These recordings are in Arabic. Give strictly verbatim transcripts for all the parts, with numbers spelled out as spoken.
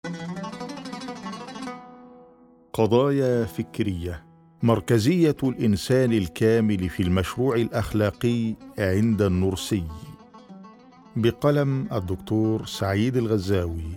قضايا فكرية. مركزية الإنسان الكامل في المشروع الأخلاقي عند النرسي، بقلم الدكتور سعيد الغزاوي.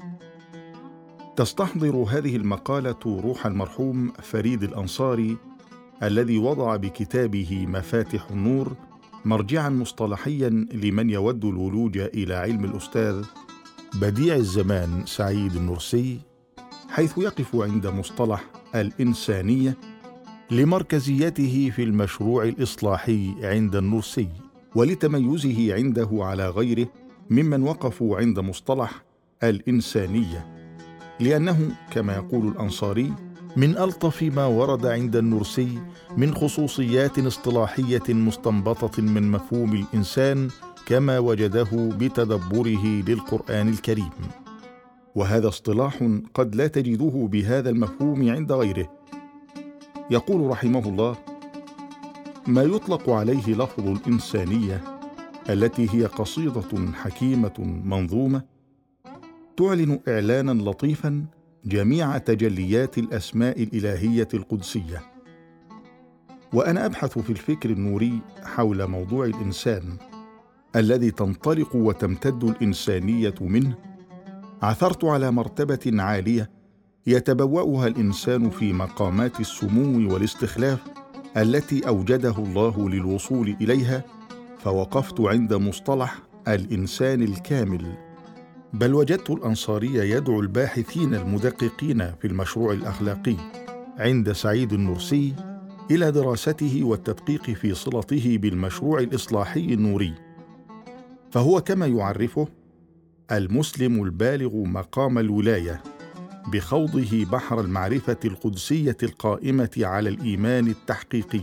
تستحضر هذه المقالة روح المرحوم فريد الأنصاري الذي وضع بكتابه مفاتح النور مرجعا مصطلحيا لمن يود الولوج إلى علم الأستاذ بديع الزمان سعيد النرسي، حيث يقف عند مصطلح الإنسانية لمركزيته في المشروع الإصلاحي عند النرسي، ولتميزه عنده على غيره ممن وقفوا عند مصطلح الإنسانية، لأنه كما يقول الأنصاري من ألطف ما ورد عند النرسي من خصوصيات اصطلاحية مستنبطة من مفهوم الإنسان كما وجده بتدبره للقرآن الكريم. وهذا اصطلاح قد لا تجده بهذا المفهوم عند غيره. يقول رحمه الله: ما يطلق عليه لفظ الإنسانية التي هي قصيدة حكيمة منظومة تعلن إعلانا لطيفا جميع تجليات الأسماء الإلهية القدسية. وأنا أبحث في الفكر النوري حول موضوع الإنسان الذي تنطلق وتمتد الإنسانية منه، عثرت على مرتبة عالية يتبوأها الإنسان في مقامات السمو والاستخلاف التي أوجده الله للوصول إليها، فوقفت عند مصطلح الإنسان الكامل. بل وجدت الأنصاري يدعو الباحثين المدققين في المشروع الأخلاقي عند سعيد النرسي إلى دراسته والتدقيق في صلته بالمشروع الإصلاحي النوري، فهو كما يعرفه المسلم البالغ مقام الولاية بخوضه بحر المعرفة القدسية القائمة على الإيمان التحقيقي.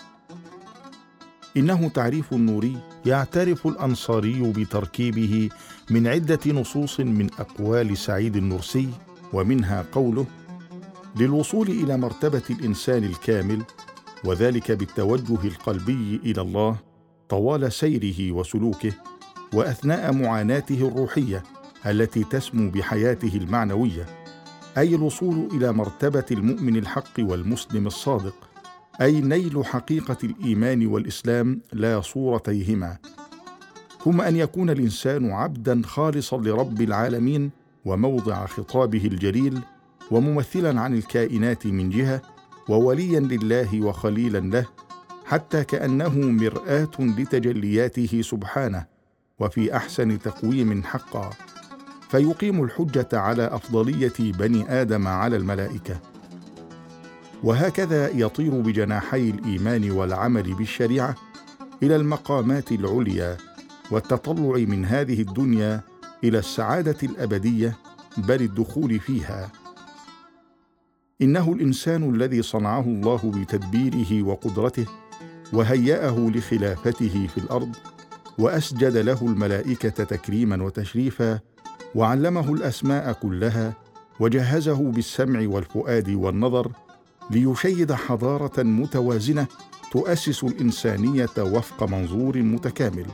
إنه تعريف نوري يعترف الأنصاري بتركيبه من عدة نصوص من أقوال سعيد النرسي، ومنها قوله: للوصول إلى مرتبة الإنسان الكامل، وذلك بالتوجه القلبي إلى الله طوال سيره وسلوكه وأثناء معاناته الروحية التي تسمو بحياته المعنوية، أي الوصول إلى مرتبة المؤمن الحق والمسلم الصادق، أي نيل حقيقة الإيمان والإسلام لا صورتيهما، ثم أن يكون الإنسان عبدا خالصا لرب العالمين وموضع خطابه الجليل، وممثلا عن الكائنات من جهة، ووليا لله وخليلا له، حتى كأنه مرآة لتجلياته سبحانه وفي أحسن تقويم حقا، فيقيم الحجة على أفضلية بني آدم على الملائكة. وهكذا يطير بجناحي الإيمان والعمل بالشريعة إلى المقامات العليا والتطلع من هذه الدنيا إلى السعادة الأبدية، بل الدخول فيها. إنه الإنسان الذي صنعه الله بتدبيره وقدرته وهيأه لخلافته في الأرض، وأسجد له الملائكة تكريما وتشريفا، وعلمه الأسماء كلها، وجهزه بالسمع والفؤاد والنظر ليشيد حضارة متوازنة تؤسس الإنسانية وفق منظور متكامل.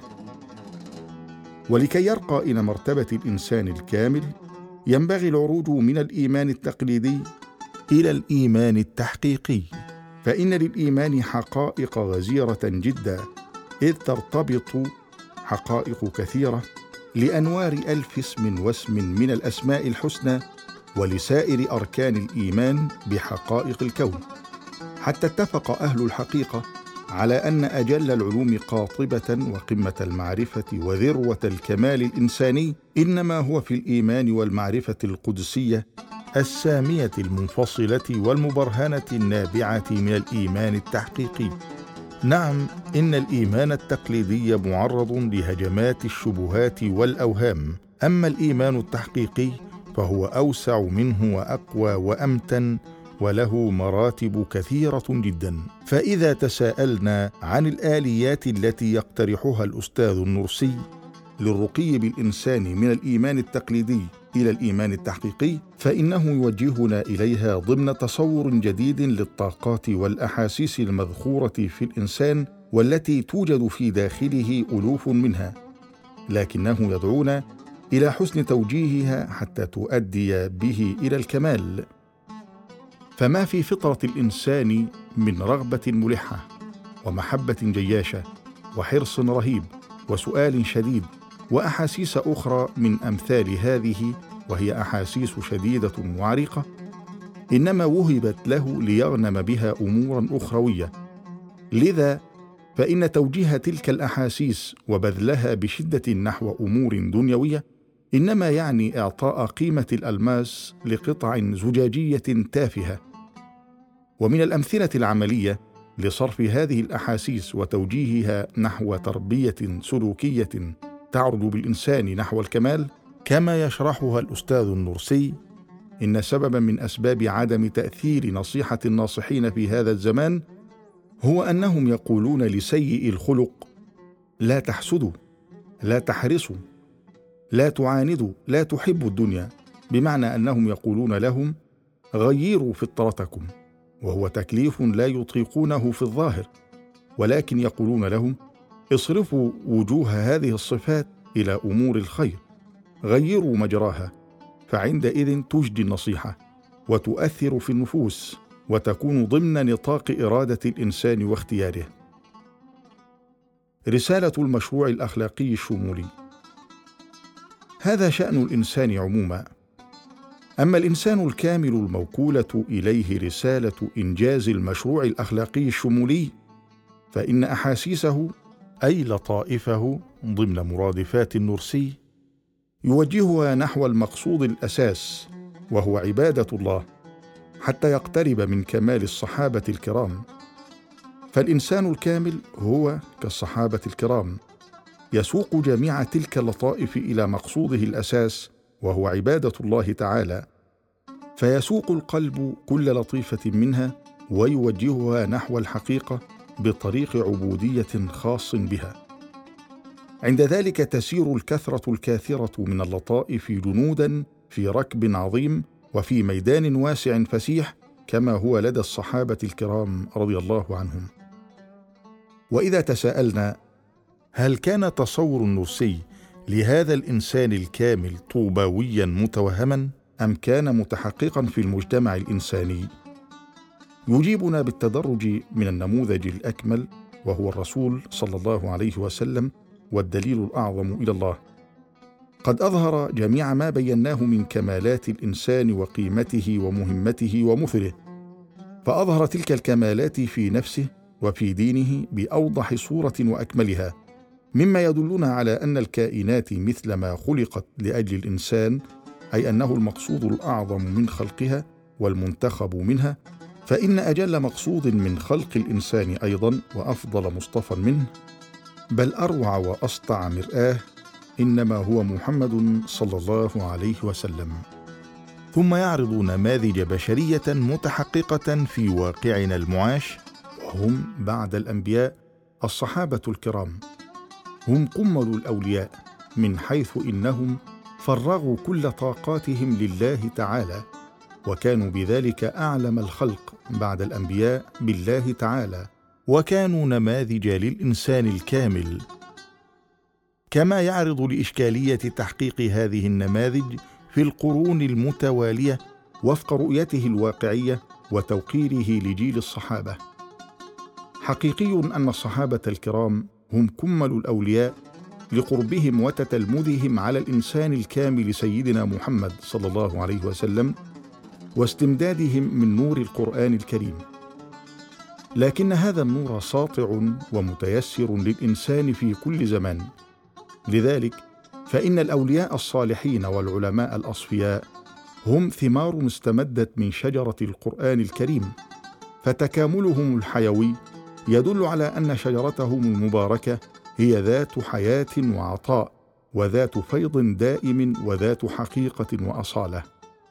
ولكي يرقى إلى مرتبة الإنسان الكامل ينبغي العروج من الإيمان التقليدي إلى الإيمان التحقيقي، فإن للإيمان حقائق غزيرة جدا، إذ ترتبط حقائق كثيرة لأنوار ألف اسم واسم من الأسماء الحسنى ولسائر أركان الإيمان بحقائق الكون، حتى اتفق أهل الحقيقة على أن أجل العلوم قاطبة وقمة المعرفة وذروة الكمال الإنساني إنما هو في الإيمان والمعرفة القدسية السامية المنفصلة والمبرهنة النابعة من الإيمان التحقيقي. نعم، إن الإيمان التقليدي معرض لهجمات الشبهات والأوهام، أما الإيمان التحقيقي فهو أوسع منه وأقوى وأمتن، وله مراتب كثيرة جدا. فإذا تساءلنا عن الآليات التي يقترحها الأستاذ النرسي للرقي بالإنسان من الإيمان التقليدي إلى الإيمان التحقيقي، فإنه يوجهنا إليها ضمن تصور جديد للطاقات والأحاسيس المذخورة في الإنسان، والتي توجد في داخله ألوف منها، لكنه يدعونا إلى حسن توجيهها حتى تؤدي به إلى الكمال. فما في فطرة الإنسان من رغبة ملحة ومحبة جياشة وحرص رهيب وسؤال شديد وأحاسيس أخرى من أمثال هذه، وهي أحاسيس شديدة وعريقة، إنما وهبت له ليغنم بها أمورا أخروية. لذا فإن توجيه تلك الأحاسيس وبذلها بشدة نحو أمور دنيوية إنما يعني إعطاء قيمة الألماس لقطع زجاجية تافهة. ومن الأمثلة العملية لصرف هذه الأحاسيس وتوجيهها نحو تربية سلوكية تعرض بالإنسان نحو الكمال، كما يشرحها الأستاذ النرسي، إن سببا من أسباب عدم تأثير نصيحة الناصحين في هذا الزمان هو أنهم يقولون لسيء الخلق: لا تحسدوا، لا تحرصوا، لا تعاندوا، لا تحبوا الدنيا، بمعنى أنهم يقولون لهم: غيروا فطرتكم، وهو تكليف لا يطيقونه في الظاهر، ولكن يقولون لهم: اصرفوا وجوه هذه الصفات إلى أمور الخير، غيروا مجراها، فعندئذ تجدي النصيحة وتؤثر في النفوس وتكون ضمن نطاق إرادة الإنسان واختياره. رسالة المشروع الأخلاقي الشمولي. هذا شأن الإنسان عموما. أما الإنسان الكامل الموكولة إليه رسالة إنجاز المشروع الأخلاقي الشمولي، فإن أحاسيسه أي لطائفه ضمن مرادفات النرسي يوجهها نحو المقصود الأساس، وهو عبادة الله، حتى يقترب من كمال الصحابة الكرام. فالإنسان الكامل هو كالصحابة الكرام، يسوق جميع تلك اللطائف إلى مقصوده الأساس، وهو عبادة الله تعالى، فيسوق القلب كل لطيفة منها ويوجهها نحو الحقيقة بطريق عبودية خاص بها. عند ذلك تسير الكثرة الكاثرة من اللطائف جنودا في ركب عظيم وفي ميدان واسع فسيح، كما هو لدى الصحابة الكرام رضي الله عنهم. وإذا تساءلنا: هل كان تصور النرسي لهذا الإنسان الكامل طوباويا متوهما أم كان متحققا في المجتمع الإنساني؟ يجيبنا بالتدرج من النموذج الأكمل، وهو الرسول صلى الله عليه وسلم، والدليل الأعظم إلى الله. قد أظهر جميع ما بيناه من كمالات الإنسان وقيمته ومهمته ومثله، فأظهر تلك الكمالات في نفسه وفي دينه بأوضح صورة وأكملها، مما يدلنا على أن الكائنات مثل ما خلقت لأجل الإنسان، أي أنه المقصود الأعظم من خلقها والمنتخب منها، فإن أجل مقصود من خلق الإنسان أيضا وأفضل مصطفى منه، بل أروع وأسطع مرآة، إنما هو محمد صلى الله عليه وسلم. ثم يعرض نماذج بشرية متحققة في واقعنا المعاش، وهم بعد الأنبياء الصحابة الكرام، هم قمل الأولياء، من حيث إنهم فرغوا كل طاقاتهم لله تعالى، وكانوا بذلك أعلم الخلق بعد الأنبياء بالله تعالى، وكانوا نماذج للإنسان الكامل. كما يعرض لإشكالية تحقيق هذه النماذج في القرون المتوالية وفق رؤيته الواقعية وتوقيره لجيل الصحابة. حقيقي أن الصحابة الكرام هم كمل الأولياء لقربهم وتتلمذهم على الإنسان الكامل سيدنا محمد صلى الله عليه وسلم، واستمدادهم من نور القرآن الكريم. لكن هذا النور ساطع ومتيسر للإنسان في كل زمان، لذلك فإن الأولياء الصالحين والعلماء الأصفياء هم ثمار استمدت من شجرة القرآن الكريم، فتكاملهم الحيوي يدل على أن شجرتهم المباركة هي ذات حياة وعطاء، وذات فيض دائم، وذات حقيقة وأصالة.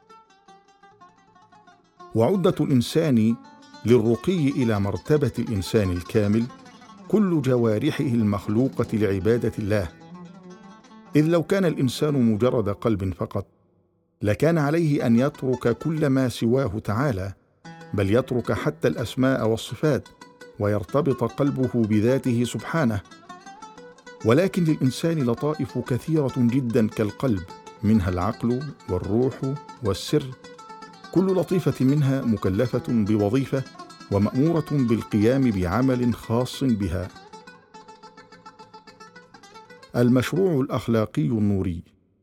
وعدة الإنسان للرقي إلى مرتبة الإنسان الكامل كل جوارحه المخلوقة لعبادة الله، إذ لو كان الإنسان مجرد قلب فقط لكان عليه أن يترك كل ما سواه تعالى، بل يترك حتى الأسماء والصفات، ويرتبط قلبه بذاته سبحانه. ولكن للإنسان لطائف كثيرة جدا كالقلب، منها العقل والروح والسر، كل لطيفة منها مكلفة بوظيفة ومأمورة بالقيام بعمل خاص بها. المشروع الأخلاقي النوري.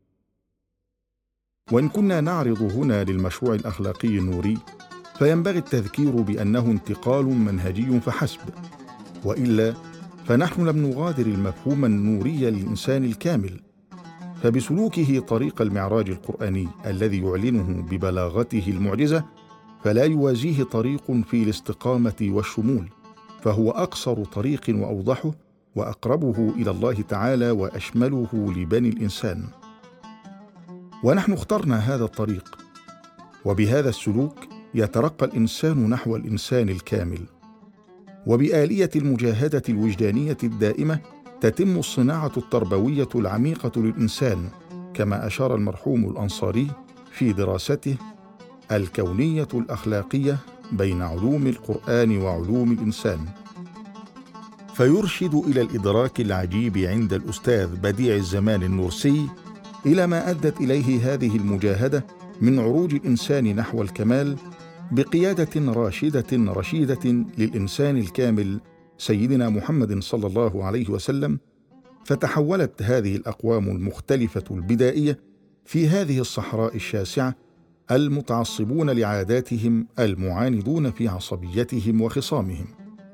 وإن كنا نعرض هنا للمشروع الأخلاقي النوري، فينبغي التذكير بأنه انتقال منهجي فحسب، وإلا فنحن لم نغادر المفهوم النوري للإنسان الكامل، فبسلوكه طريق المعراج القرآني الذي يعلنه ببلاغته المعجزة فلا يوازيه طريق في الاستقامة والشمول، فهو أقصر طريق وأوضحه وأقربه إلى الله تعالى وأشمله لبني الإنسان. ونحن اخترنا هذا الطريق، وبهذا السلوك يترقى الإنسان نحو الإنسان الكامل، وبآلية المجاهدة الوجدانية الدائمة تتم الصناعة التربوية العميقة للإنسان، كما أشار المرحوم الأنصاري في دراسته الكونية الأخلاقية بين علوم القرآن وعلوم الإنسان، فيرشد إلى الإدراك العجيب عند الأستاذ بديع الزمان النورسي إلى ما أدت إليه هذه المجاهدة من عروج الإنسان نحو الكمال بقيادة راشدة رشيدة للإنسان الكامل سيدنا محمد صلى الله عليه وسلم. فتحولت هذه الأقوام المختلفة البدائية في هذه الصحراء الشاسعة المتعصبون لعاداتهم المعاندون في عصبيتهم وخصامهم.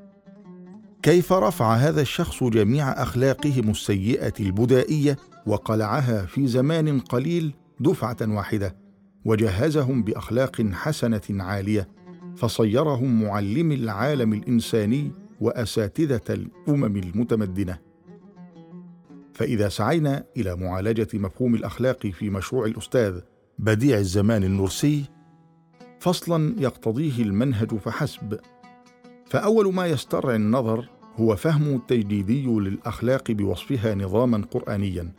كيف رفع هذا الشخص جميع أخلاقهم السيئة البدائية وقلعها في زمان قليل دفعة واحدة، وجهزهم بأخلاق حسنة عالية، فصيرهم معلمي العالم الإنساني وأساتذة الأمم المتمدنة. فإذا سعينا إلى معالجة مفهوم الأخلاق في مشروع الأستاذ بديع الزمان النورسي، فصلا يقتضيه المنهج فحسب، فأول ما يسترعي النظر هو فهم التجديدي للأخلاق بوصفها نظاما قرآنيا.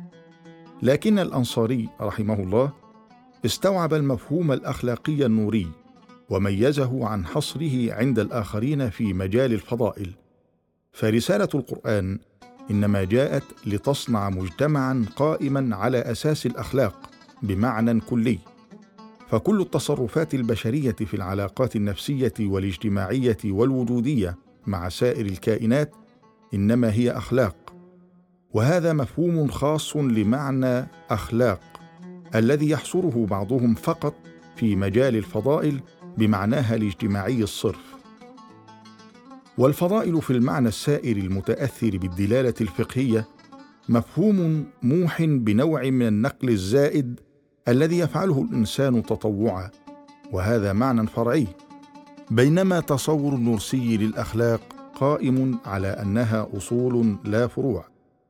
لكن الأنصاري رحمه الله استوعب المفهوم الأخلاقي النوري وميزه عن حصره عند الآخرين في مجال الفضائل، فرسالة القرآن إنما جاءت لتصنع مجتمعا قائما على أساس الأخلاق بمعنى كلي، فكل التصرفات البشرية في العلاقات النفسية والاجتماعية والوجودية مع سائر الكائنات إنما هي أخلاق، وهذا مفهوم خاص لمعنى أخلاق الذي يحصره بعضهم فقط في مجال الفضائل بمعناها الاجتماعي الصرف. والفضائل في المعنى السائر المتأثر بالدلالة الفقهية مفهوم موح بنوع من النقل الزائد الذي يفعله الإنسان تطوعا، وهذا معنى فرعي، بينما تصور النورسي للأخلاق قائم على أنها أصول لا فروع.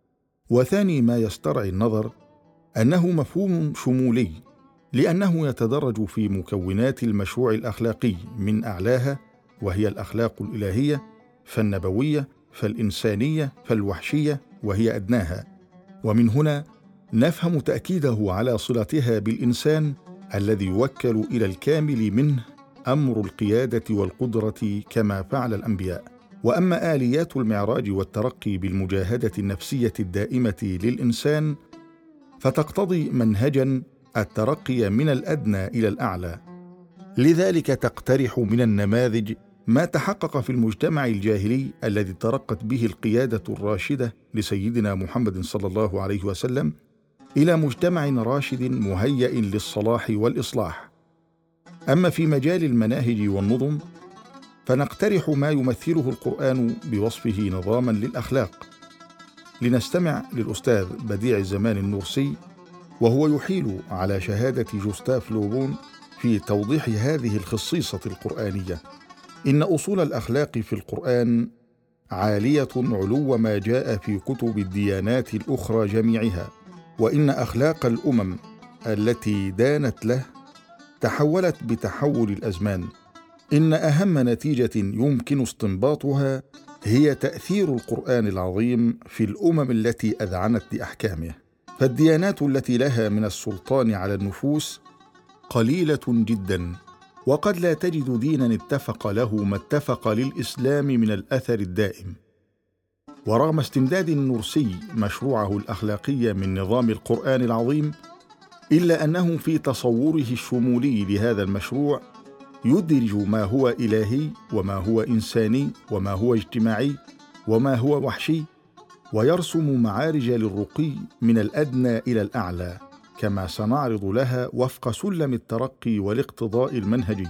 وثاني ما يسترعي النظر أنه مفهوم شمولي، لأنه يتدرج في مكونات المشروع الأخلاقي من أعلاها، وهي الأخلاق الإلهية، فالنبوية، فالإنسانية، فالوحشية، وهي أدناها، ومن هنا نفهم تأكيده على صلتها بالإنسان الذي يوكل إلى الكامل منه أمر القيادة والقدرة كما فعل الأنبياء. وأما آليات المعراج والترقي بالمجاهدة النفسية الدائمة للإنسان فتقتضي منهجا الترقي من الأدنى إلى الأعلى، لذلك تقترح من النماذج ما تحقق في المجتمع الجاهلي الذي ترقت به القيادة الراشدة لسيدنا محمد صلى الله عليه وسلم إلى مجتمع راشد مهيئ للصلاح والإصلاح. أما في مجال المناهج والنظم فنقترح ما يمثله القرآن بوصفه نظاما للأخلاق. لنستمع للأستاذ بديع الزمان النورسي وهو يحيل على شهادة جوستاف لوبون في توضيح هذه الخصيصة القرآنية: إن أصول الأخلاق في القرآن عالية علو ما جاء في كتب الديانات الأخرى جميعها، وإن أخلاق الأمم التي دانت له تحولت بتحول الأزمان. إن أهم نتيجة يمكن استنباطها هي تأثير القرآن العظيم في الأمم التي أذعنت لأحكامه، فالديانات التي لها من السلطان على النفوس قليلة جدا، وقد لا تجد دينا اتفق له ما اتفق للإسلام من الأثر الدائم. ورغم استمداد النورسي مشروعه الأخلاقي من نظام القرآن العظيم، إلا أنه في تصوره الشمولي لهذا المشروع يدرج ما هو إلهي وما هو إنساني وما هو اجتماعي وما هو وحشي، ويرسم معارج للرقي من الأدنى إلى الأعلى، كما سنعرض لها وفق سلم الترقي والاقتضاء المنهجي.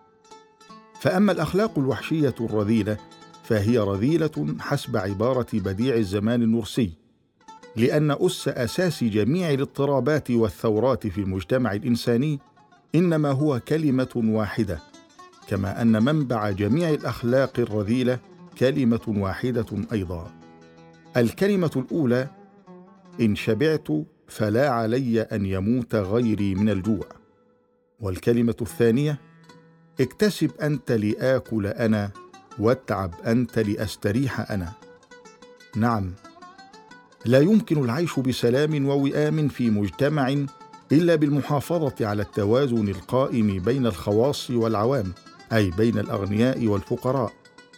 فأما الأخلاق الوحشية الرذيلة فهي رذيلة حسب عبارة بديع الزمان النورسي، لأن أس أساس جميع الاضطرابات والثورات في المجتمع الإنساني إنما هو كلمة واحدة، كما أن منبع جميع الأخلاق الرذيلة كلمة واحدة أيضا. الكلمة الأولى: إن شبعت فلا علي أن يموت غيري من الجوع. والكلمة الثانية: اكتسب أنت لآكل أنا، واتعب أنت لأستريح أنا. نعم، لا يمكن العيش بسلام ووئام في مجتمع إلا بالمحافظة على التوازن القائم بين الخواص والعوام، أي بين الأغنياء والفقراء.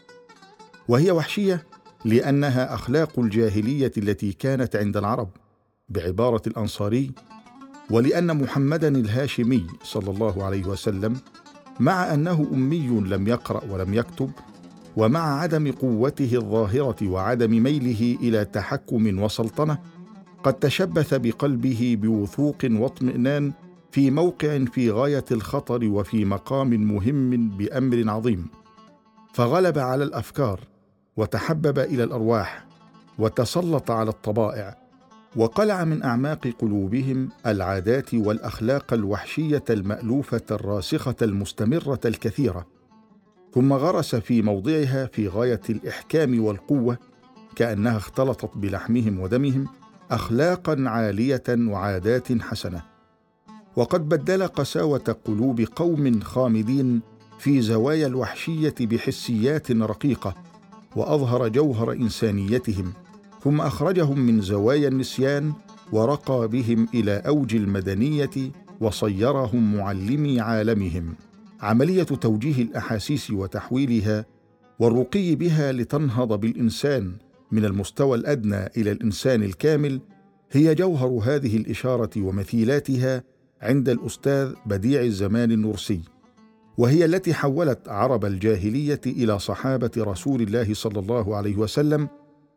وهي وحشية لأنها أخلاق الجاهلية التي كانت عند العرب بعبارة الأنصاري، ولأن محمدًا الهاشمي صلى الله عليه وسلم مع أنه أمي لم يقرأ ولم يكتب، ومع عدم قوته الظاهرة وعدم ميله إلى تحكم وسلطنة، قد تشبث بقلبه بوثوق واطمئنان في موقع في غاية الخطر وفي مقام مهم بأمر عظيم، فغلب على الأفكار وتحبب إلى الأرواح وتسلط على الطبائع، وقلع من أعماق قلوبهم العادات والأخلاق الوحشية المألوفة الراسخة المستمرة الكثيرة، ثم غرس في موضعها في غاية الإحكام والقوة، كأنها اختلطت بلحمهم ودمهم، أخلاقا عالية وعادات حسنة. وقد بدل قساوة قلوب قوم خامدين في زوايا الوحشية بحسيات رقيقة، وأظهر جوهر إنسانيتهم، ثم أخرجهم من زوايا النسيان ورقى بهم إلى أوج المدنية وصيرهم معلمي عالمهم. عملية توجيه الأحاسيس وتحويلها والرقي بها لتنهض بالإنسان من المستوى الأدنى إلى الإنسان الكامل هي جوهر هذه الإشارة ومثيلاتها عند الأستاذ بديع الزمان النورسي، وهي التي حولت عرب الجاهلية إلى صحابة رسول الله صلى الله عليه وسلم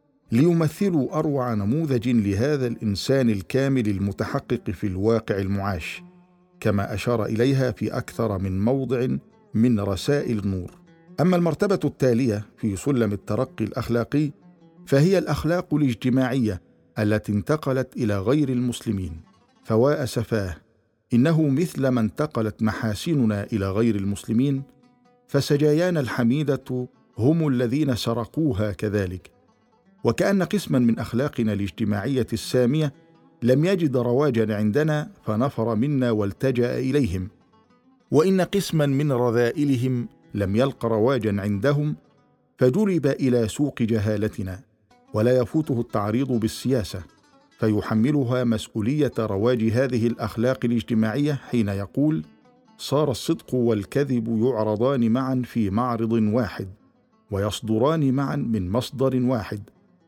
ليمثلوا أروع نموذج لهذا الإنسان الكامل المتحقق في الواقع المعاش، كما أشار إليها في أكثر من موضع من رسائل النور. أما المرتبة التالية في سلم الترقي الأخلاقي فهي الأخلاق الاجتماعية التي انتقلت إلى غير المسلمين. فوا أسفاه، إنه مثل ما انتقلت محاسننا إلى غير المسلمين، فسجايانا الحميدة هم الذين سرقوها كذلك، وكأن قسما من أخلاقنا الاجتماعية السامية لم يجد رواجا عندنا فنفر منا والتجأ إليهم، وإن قسما من رذائلهم لم يلق رواجا عندهم فجلب إلى سوق جهالتنا. ولا يفوته التعريض بالسياسة فيحملها مسؤولية رواج هذه الأخلاق الاجتماعية حين يقول: صار الصدق والكذب يعرضان معا في معرض واحد ويصدران معا من مصدر واحد،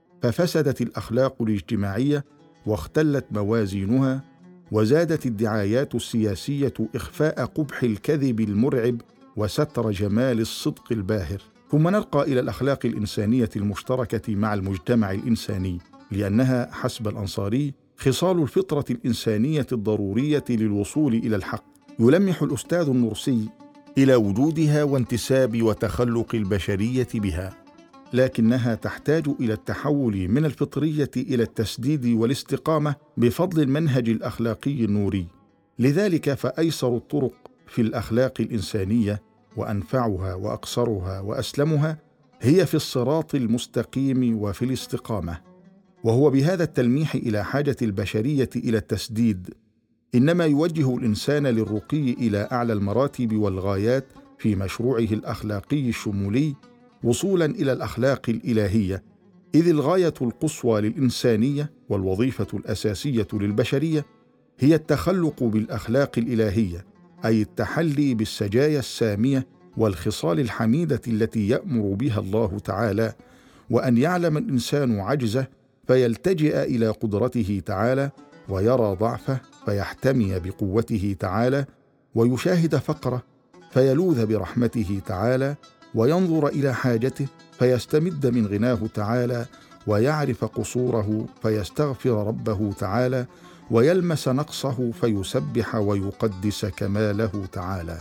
ففسدت الأخلاق الاجتماعية واختلت موازينها، وزادت الدعايات السياسية إخفاء قبح الكذب المرعب وستر جمال الصدق الباهر. ثم نرقى إلى الأخلاق الإنسانية المشتركة مع المجتمع الإنساني، لأنها حسب الأنصاري خصال الفطرة الإنسانية الضرورية للوصول إلى الحق. يلمح الأستاذ النورسي إلى وجودها وانتساب وتخلق البشرية بها، لكنها تحتاج إلى التحول من الفطرية إلى التسديد والاستقامة بفضل المنهج الأخلاقي النوري. لذلك فأيسر الطرق في الأخلاق الإنسانية وأنفعها وأقصرها وأسلمها هي في الصراط المستقيم وفي الاستقامة. وهو بهذا التلميح إلى حاجة البشرية إلى التسديد إنما يوجه الإنسان للرقي إلى أعلى المراتب والغايات في مشروعه الأخلاقي الشمولي وصولا إلى الأخلاق الإلهية، إذ الغاية القصوى للإنسانية والوظيفة الأساسية للبشرية هي التخلق بالأخلاق الإلهية، أي التحلي بالسجايا السامية والخصال الحميدة التي يأمر بها الله تعالى، وأن يعلم الإنسان عجزه فيلتجئ إلى قدرته تعالى، ويرى ضعفه فيحتمي بقوته تعالى، ويشاهد فقره فيلوذ برحمته تعالى، وينظر إلى حاجته فيستمد من غناه تعالى، ويعرف قصوره فيستغفر ربه تعالى، ويلمس نقصه فيسبح ويقدس كماله تعالى.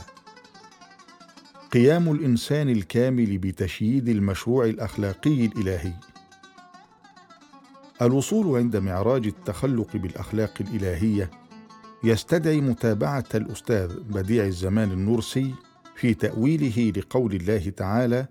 قيام الإنسان الكامل بتشييد المشروع الأخلاقي الإلهي. الوصول عند معراج التخلق بالأخلاق الإلهية يستدعي متابعة الأستاذ بديع الزمان النورسي في تأويله لقول الله تعالى: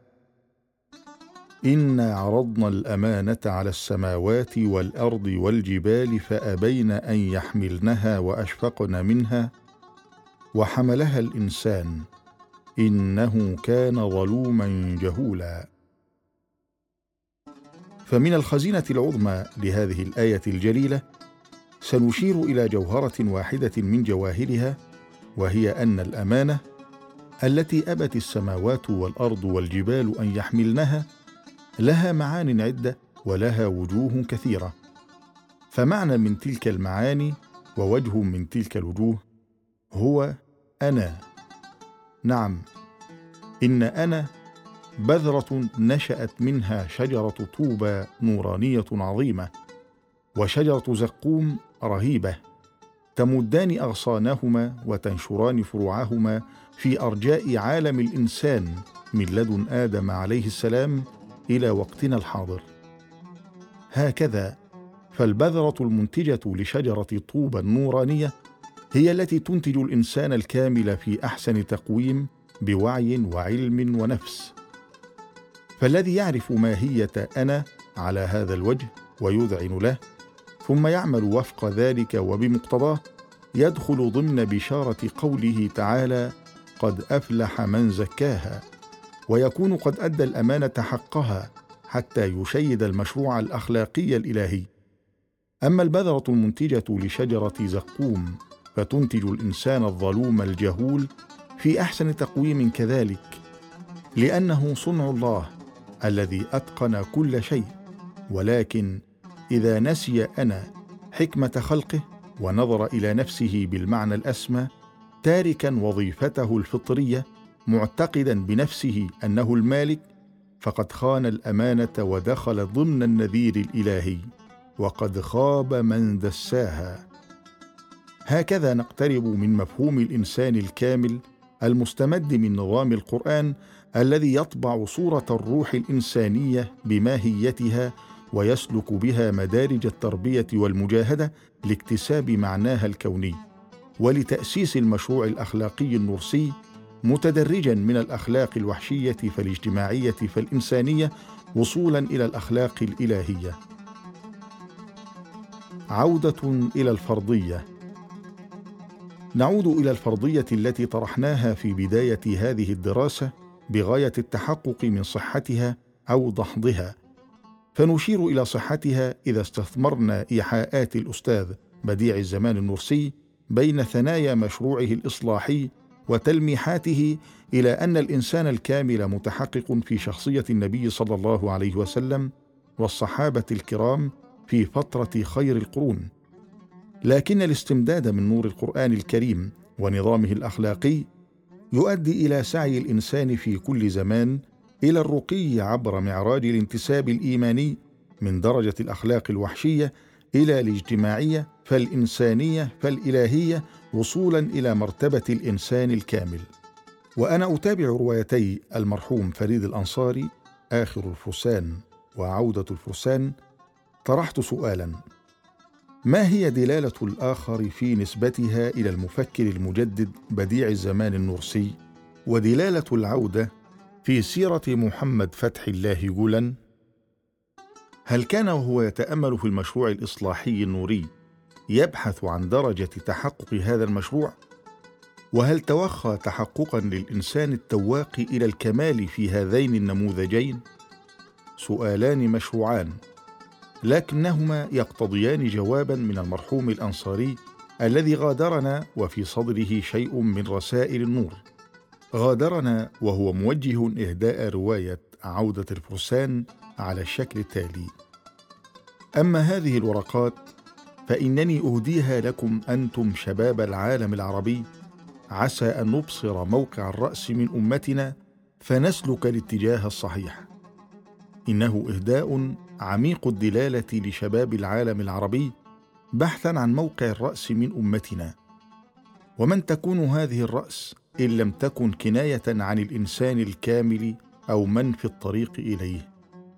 إنا عرضنا الأمانة على السماوات والأرض والجبال فأبين أن يحملنها وأشفقن منها وحملها الإنسان إنه كان ظلوما جهولا. فمن الخزينة العظمى لهذه الآية الجليلة سنشير إلى جوهرة واحدة من جواهرها، وهي أن الأمانة التي أبت السماوات والأرض والجبال أن يحملنها لها معان عدة ولها وجوه كثيرة. فمعنى من تلك المعاني ووجه من تلك الوجوه هو أنا. نعم، إن أنا بذرة نشأت منها شجرة طوبى نورانية عظيمة، وشجرة زقوم رهيبة، تمدان أغصانهما وتنشران فروعهما في أرجاء عالم الإنسان من لدن آدم عليه السلام إلى وقتنا الحاضر. هكذا فالبذرة المنتجة لشجرة طوبى النورانية هي التي تنتج الإنسان الكامل في أحسن تقويم بوعي وعلم ونفس. فالذي يعرف ماهية أنا على هذا الوجه ويذعن له ثم يعمل وفق ذلك وبمقتضاه يدخل ضمن بشارة قوله تعالى: قد أفلح من زكاها، ويكون قد أدى الأمانة حقها حتى يشيد المشروع الأخلاقي الإلهي. أما البذرة المنتجة لشجرة زقوم فتنتج الإنسان الظلوم الجهول في أحسن تقويم كذلك، لأنه صنع الله الذي أتقن كل شيء، ولكن إذا نسي أنا حكمة خلقه ونظر إلى نفسه بالمعنى الأسمى، تاركا وظيفته الفطرية معتقدا بنفسه أنه المالك، فقد خان الأمانة ودخل ضمن النذير الإلهي، وقد خاب من دساها. هكذا نقترب من مفهوم الإنسان الكامل المستمد من نظام القرآن الذي يطبع صورة الروح الإنسانية بماهيتها ويسلك بها مدارج التربية والمجاهدة لاكتساب معناها الكوني ولتأسيس المشروع الأخلاقي النورسي، متدرجا من الأخلاق الوحشية فالاجتماعية فالإنسانية وصولا إلى الأخلاق الإلهية. عودة إلى الفرضية. نعود إلى الفرضية التي طرحناها في بداية هذه الدراسة بغاية التحقق من صحتها أو دحضها، فنشير إلى صحتها إذا استثمرنا إيحاءات الأستاذ بديع الزمان النورسي بين ثنايا مشروعه الإصلاحي وتلميحاته إلى أن الإنسان الكامل متحقق في شخصية النبي صلى الله عليه وسلم والصحابة الكرام في فترة خير القرون. لكن الاستمداد من نور القرآن الكريم ونظامه الأخلاقي يؤدي إلى سعي الإنسان في كل زمان إلى الرقي عبر معراج الانتساب الإيماني من درجة الأخلاق الوحشية إلى الاجتماعية فالإنسانية فالإلهية، وصولا إلى مرتبة الإنسان الكامل. وأنا أتابع روايتي المرحوم فريد الأنصاري آخر الفرسان وعودة الفرسان، طرحت سؤالا: ما هي دلالة الآخر في نسبتها إلى المفكر المجدد بديع الزمان النورسي؟ ودلالة العودة في سيرة محمد فتح الله جولان؟ هل كان وهو يتأمل في المشروع الإصلاحي النوري يبحث عن درجة تحقق هذا المشروع؟ وهل توخى تحققا للإنسان التواق إلى الكمال في هذين النموذجين؟ سؤالان مشروعان، لكنهما يقتضيان جوابا من المرحوم الأنصاري الذي غادرنا وفي صدره شيء من رسائل النور. غادرنا وهو موجه إهداء رواية عودة الفرسان على الشكل التالي: أما هذه الورقات فإنني أهديها لكم أنتم شباب العالم العربي، عسى أن نبصر موقع الرأس من أمتنا فنسلك الاتجاه الصحيح. إنه إهداء عميق الدلالة لشباب العالم العربي بحثا عن موقع الرأس من أمتنا. ومن تكون هذه الرأس إن لم تكن كناية عن الإنسان الكامل أو من في الطريق إليه؟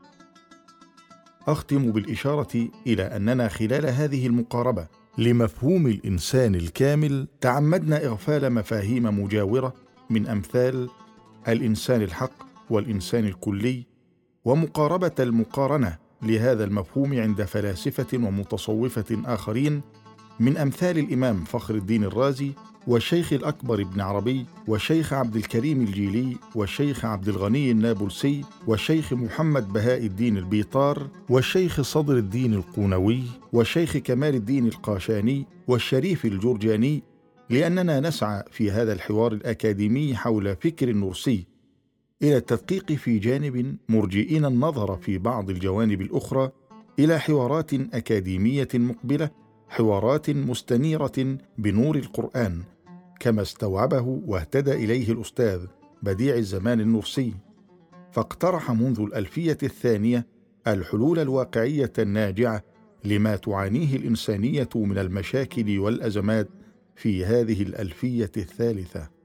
أختم بالإشارة إلى أننا خلال هذه المقاربة لمفهوم الإنسان الكامل تعمدنا إغفال مفاهيم مجاورة من أمثال الإنسان الحق والإنسان الكلي، ومقاربة المقارنة لهذا المفهوم عند فلاسفة ومتصوفة آخرين من أمثال الإمام فخر الدين الرازي والشيخ الأكبر ابن عربي والشيخ عبد الكريم الجيلي والشيخ عبد الغني النابلسي والشيخ محمد بهاء الدين البيطار والشيخ صدر الدين القونوي والشيخ كمال الدين القاشاني والشريف الجرجاني، لأننا نسعى في هذا الحوار الأكاديمي حول فكر النرسي إلى التدقيق في جانب، مرجئين النظر في بعض الجوانب الأخرى، إلى حوارات أكاديمية مقبلة، حوارات مستنيرة بنور القرآن كما استوعبه واهتدى إليه الأستاذ بديع الزمان النرسي، فاقترح منذ الألفية الثانية الحلول الواقعية الناجعة لما تعانيه الإنسانية من المشاكل والأزمات في هذه الألفية الثالثة.